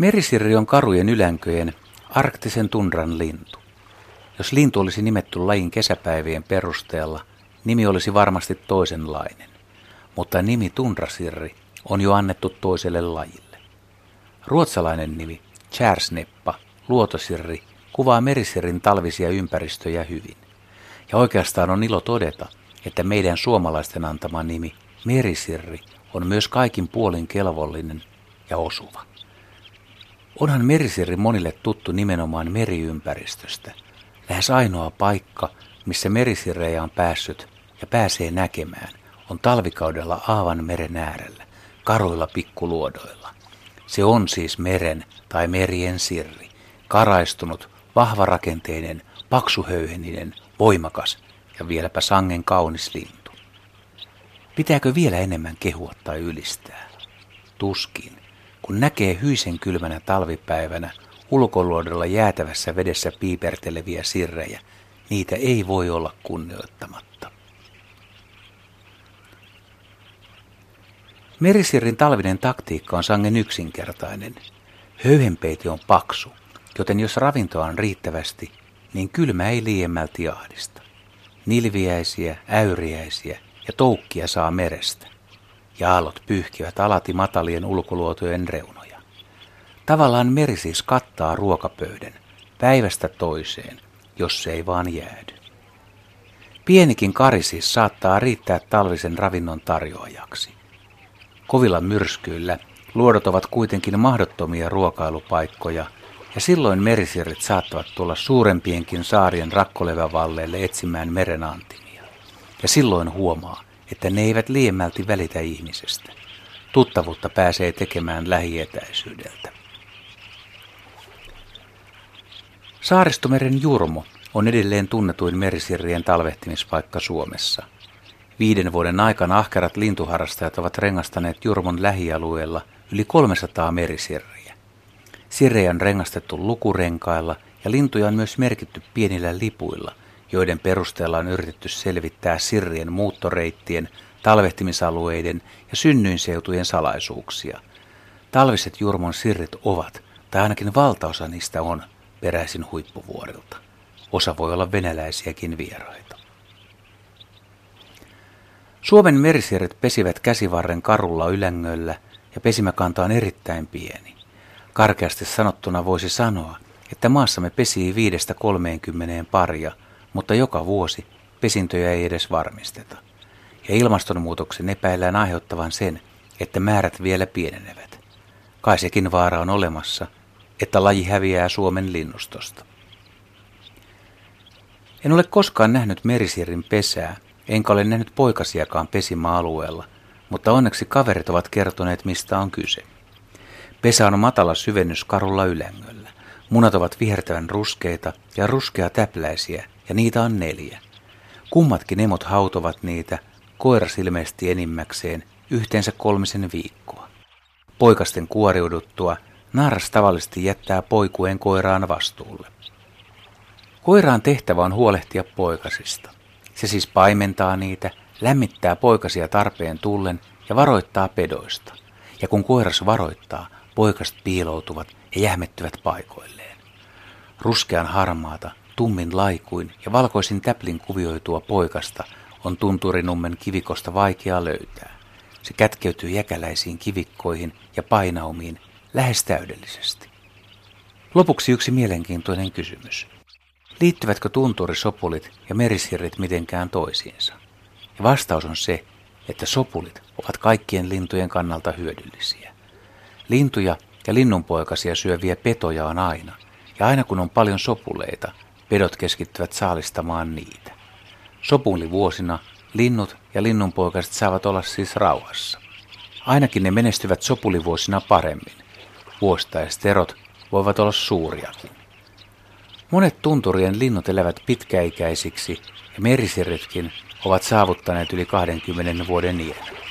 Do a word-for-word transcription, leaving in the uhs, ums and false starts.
Merisirri on karujen ylänköjen arktisen tundran lintu. Jos lintu olisi nimetty lajin kesäpäivien perusteella, nimi olisi varmasti toisenlainen, mutta nimi tundrasirri on jo annettu toiselle lajille. Ruotsalainen nimi tjärsneppa, luotosirri, kuvaa merisirrin talvisia ympäristöjä hyvin. Ja oikeastaan on ilo todeta, että meidän suomalaisten antama nimi merisirri on myös kaikin puolin kelvollinen ja osuva. Onhan merisirri monille tuttu nimenomaan meriympäristöstä. Lähes ainoa paikka, missä merisirrejä on päässyt ja pääsee näkemään, on talvikaudella Aavan meren äärellä, karuilla pikkuluodoilla. Se on siis meren tai merien sirri, karaistunut, vahvarakenteinen, paksuhöyheninen, voimakas ja vieläpä sangen kaunis lintu. Pitääkö vielä enemmän kehua tai ylistää? Tuskin, kun näkee hyisen kylmänä talvipäivänä ulkoluodolla jäätävässä vedessä piiperteleviä sirrejä, niitä ei voi olla kunnioittamatta. Merisirrin talvinen taktiikka on sangen yksinkertainen. Höyhenpeite on paksu, joten jos ravintoa on riittävästi, niin kylmä ei liiemmälti ahdista. Nilviäisiä, äyriäisiä ja toukkia saa merestä. Ja aallot pyyhkivät alati matalien ulkoluotojen reunoja. Tavallaan meri siis kattaa ruokapöydän päivästä toiseen, jos se ei vaan jäädy. Pienikin kari siis saattaa riittää talvisen ravinnon tarjoajaksi. Kovilla myrskyillä luodot ovat kuitenkin mahdottomia ruokailupaikkoja, ja silloin merisirrit saattavat tulla suurempienkin saarien rakkolevävalleille etsimään meren antimia. Ja silloin huomaa, että ne eivät liiemmälti välitä ihmisestä. Tuttavuutta pääsee tekemään lähietäisyydeltä. Saaristomeren Jurmo on edelleen tunnetuin merisirrien talvehtimispaikka Suomessa. Viiden vuoden aikana ahkerat lintuharrastajat ovat rengastaneet Jurmon lähialueella yli kolmesataa merisirriä. Sirrejä on rengastettu lukurenkailla ja lintuja on myös merkitty pienillä lipuilla, joiden perusteella on yritetty selvittää sirrien muuttoreittien, talvehtimisalueiden ja synnyinseutujen salaisuuksia. Talviset Jurmon sirrit ovat, tai ainakin valtaosa niistä on, peräisin huippuvuorilta. Osa voi olla venäläisiäkin vieraita. Suomen merisirrit pesivät käsivarren karulla ylängöllä ja pesimäkanta on erittäin pieni. Karkeasti sanottuna voisi sanoa, että maassamme pesii viidestä kolmeenkymmeneen paria, mutta joka vuosi pesintöjä ei edes varmisteta. Ja ilmastonmuutoksen epäillään aiheuttavan sen, että määrät vielä pienenevät. Kai sekin vaara on olemassa, että laji häviää Suomen linnustosta. En ole koskaan nähnyt merisirrin pesää, enkä ole nähnyt poikasiakaan pesimäalueella, mutta onneksi kaverit ovat kertoneet, mistä on kyse. Pesä on matala syvennys karulla ylängöllä. Munat ovat vihertävän ruskeita ja ruskea täpläisiä, ja niitä on neljä. Kummatkin emot hautovat niitä, koiras ilmeisesti enimmäkseen, yhteensä kolmisen viikkoa. Poikasten kuoriuduttua naaras tavallisesti jättää poikueen koiraan vastuulle. Koiraan tehtävä on huolehtia poikasista. Se siis paimentaa niitä, lämmittää poikasia tarpeen tullen ja varoittaa pedoista. Ja kun koiras varoittaa, poikaset piiloutuvat ja jähmettyvät paikoilleen. Ruskean harmaata, tummin laikuin ja valkoisin täplin kuvioitua poikasta on Tunturinummen kivikosta vaikea löytää. Se kätkeytyy jäkäläisiin kivikkoihin ja painaumiin lähes täydellisesti. Lopuksi yksi mielenkiintoinen kysymys. Liittyvätkö tunturisopulit ja merisirrit mitenkään toisiinsa? Ja vastaus on se, että sopulit ovat kaikkien lintujen kannalta hyödyllisiä. Lintuja ja linnunpoikasia syöviä petoja on aina, ja aina kun on paljon sopuleita, pedot keskittyvät saalistamaan niitä. Sopulivuosina linnut ja linnunpoikaset saavat olla siis rauhassa. Ainakin ne menestyvät sopulivuosina paremmin. Vuostaiset erot voivat olla suuriakin. Monet tunturien linnut elävät pitkäikäisiksi ja merisirritkin ovat saavuttaneet yli kahdenkymmenen vuoden iän.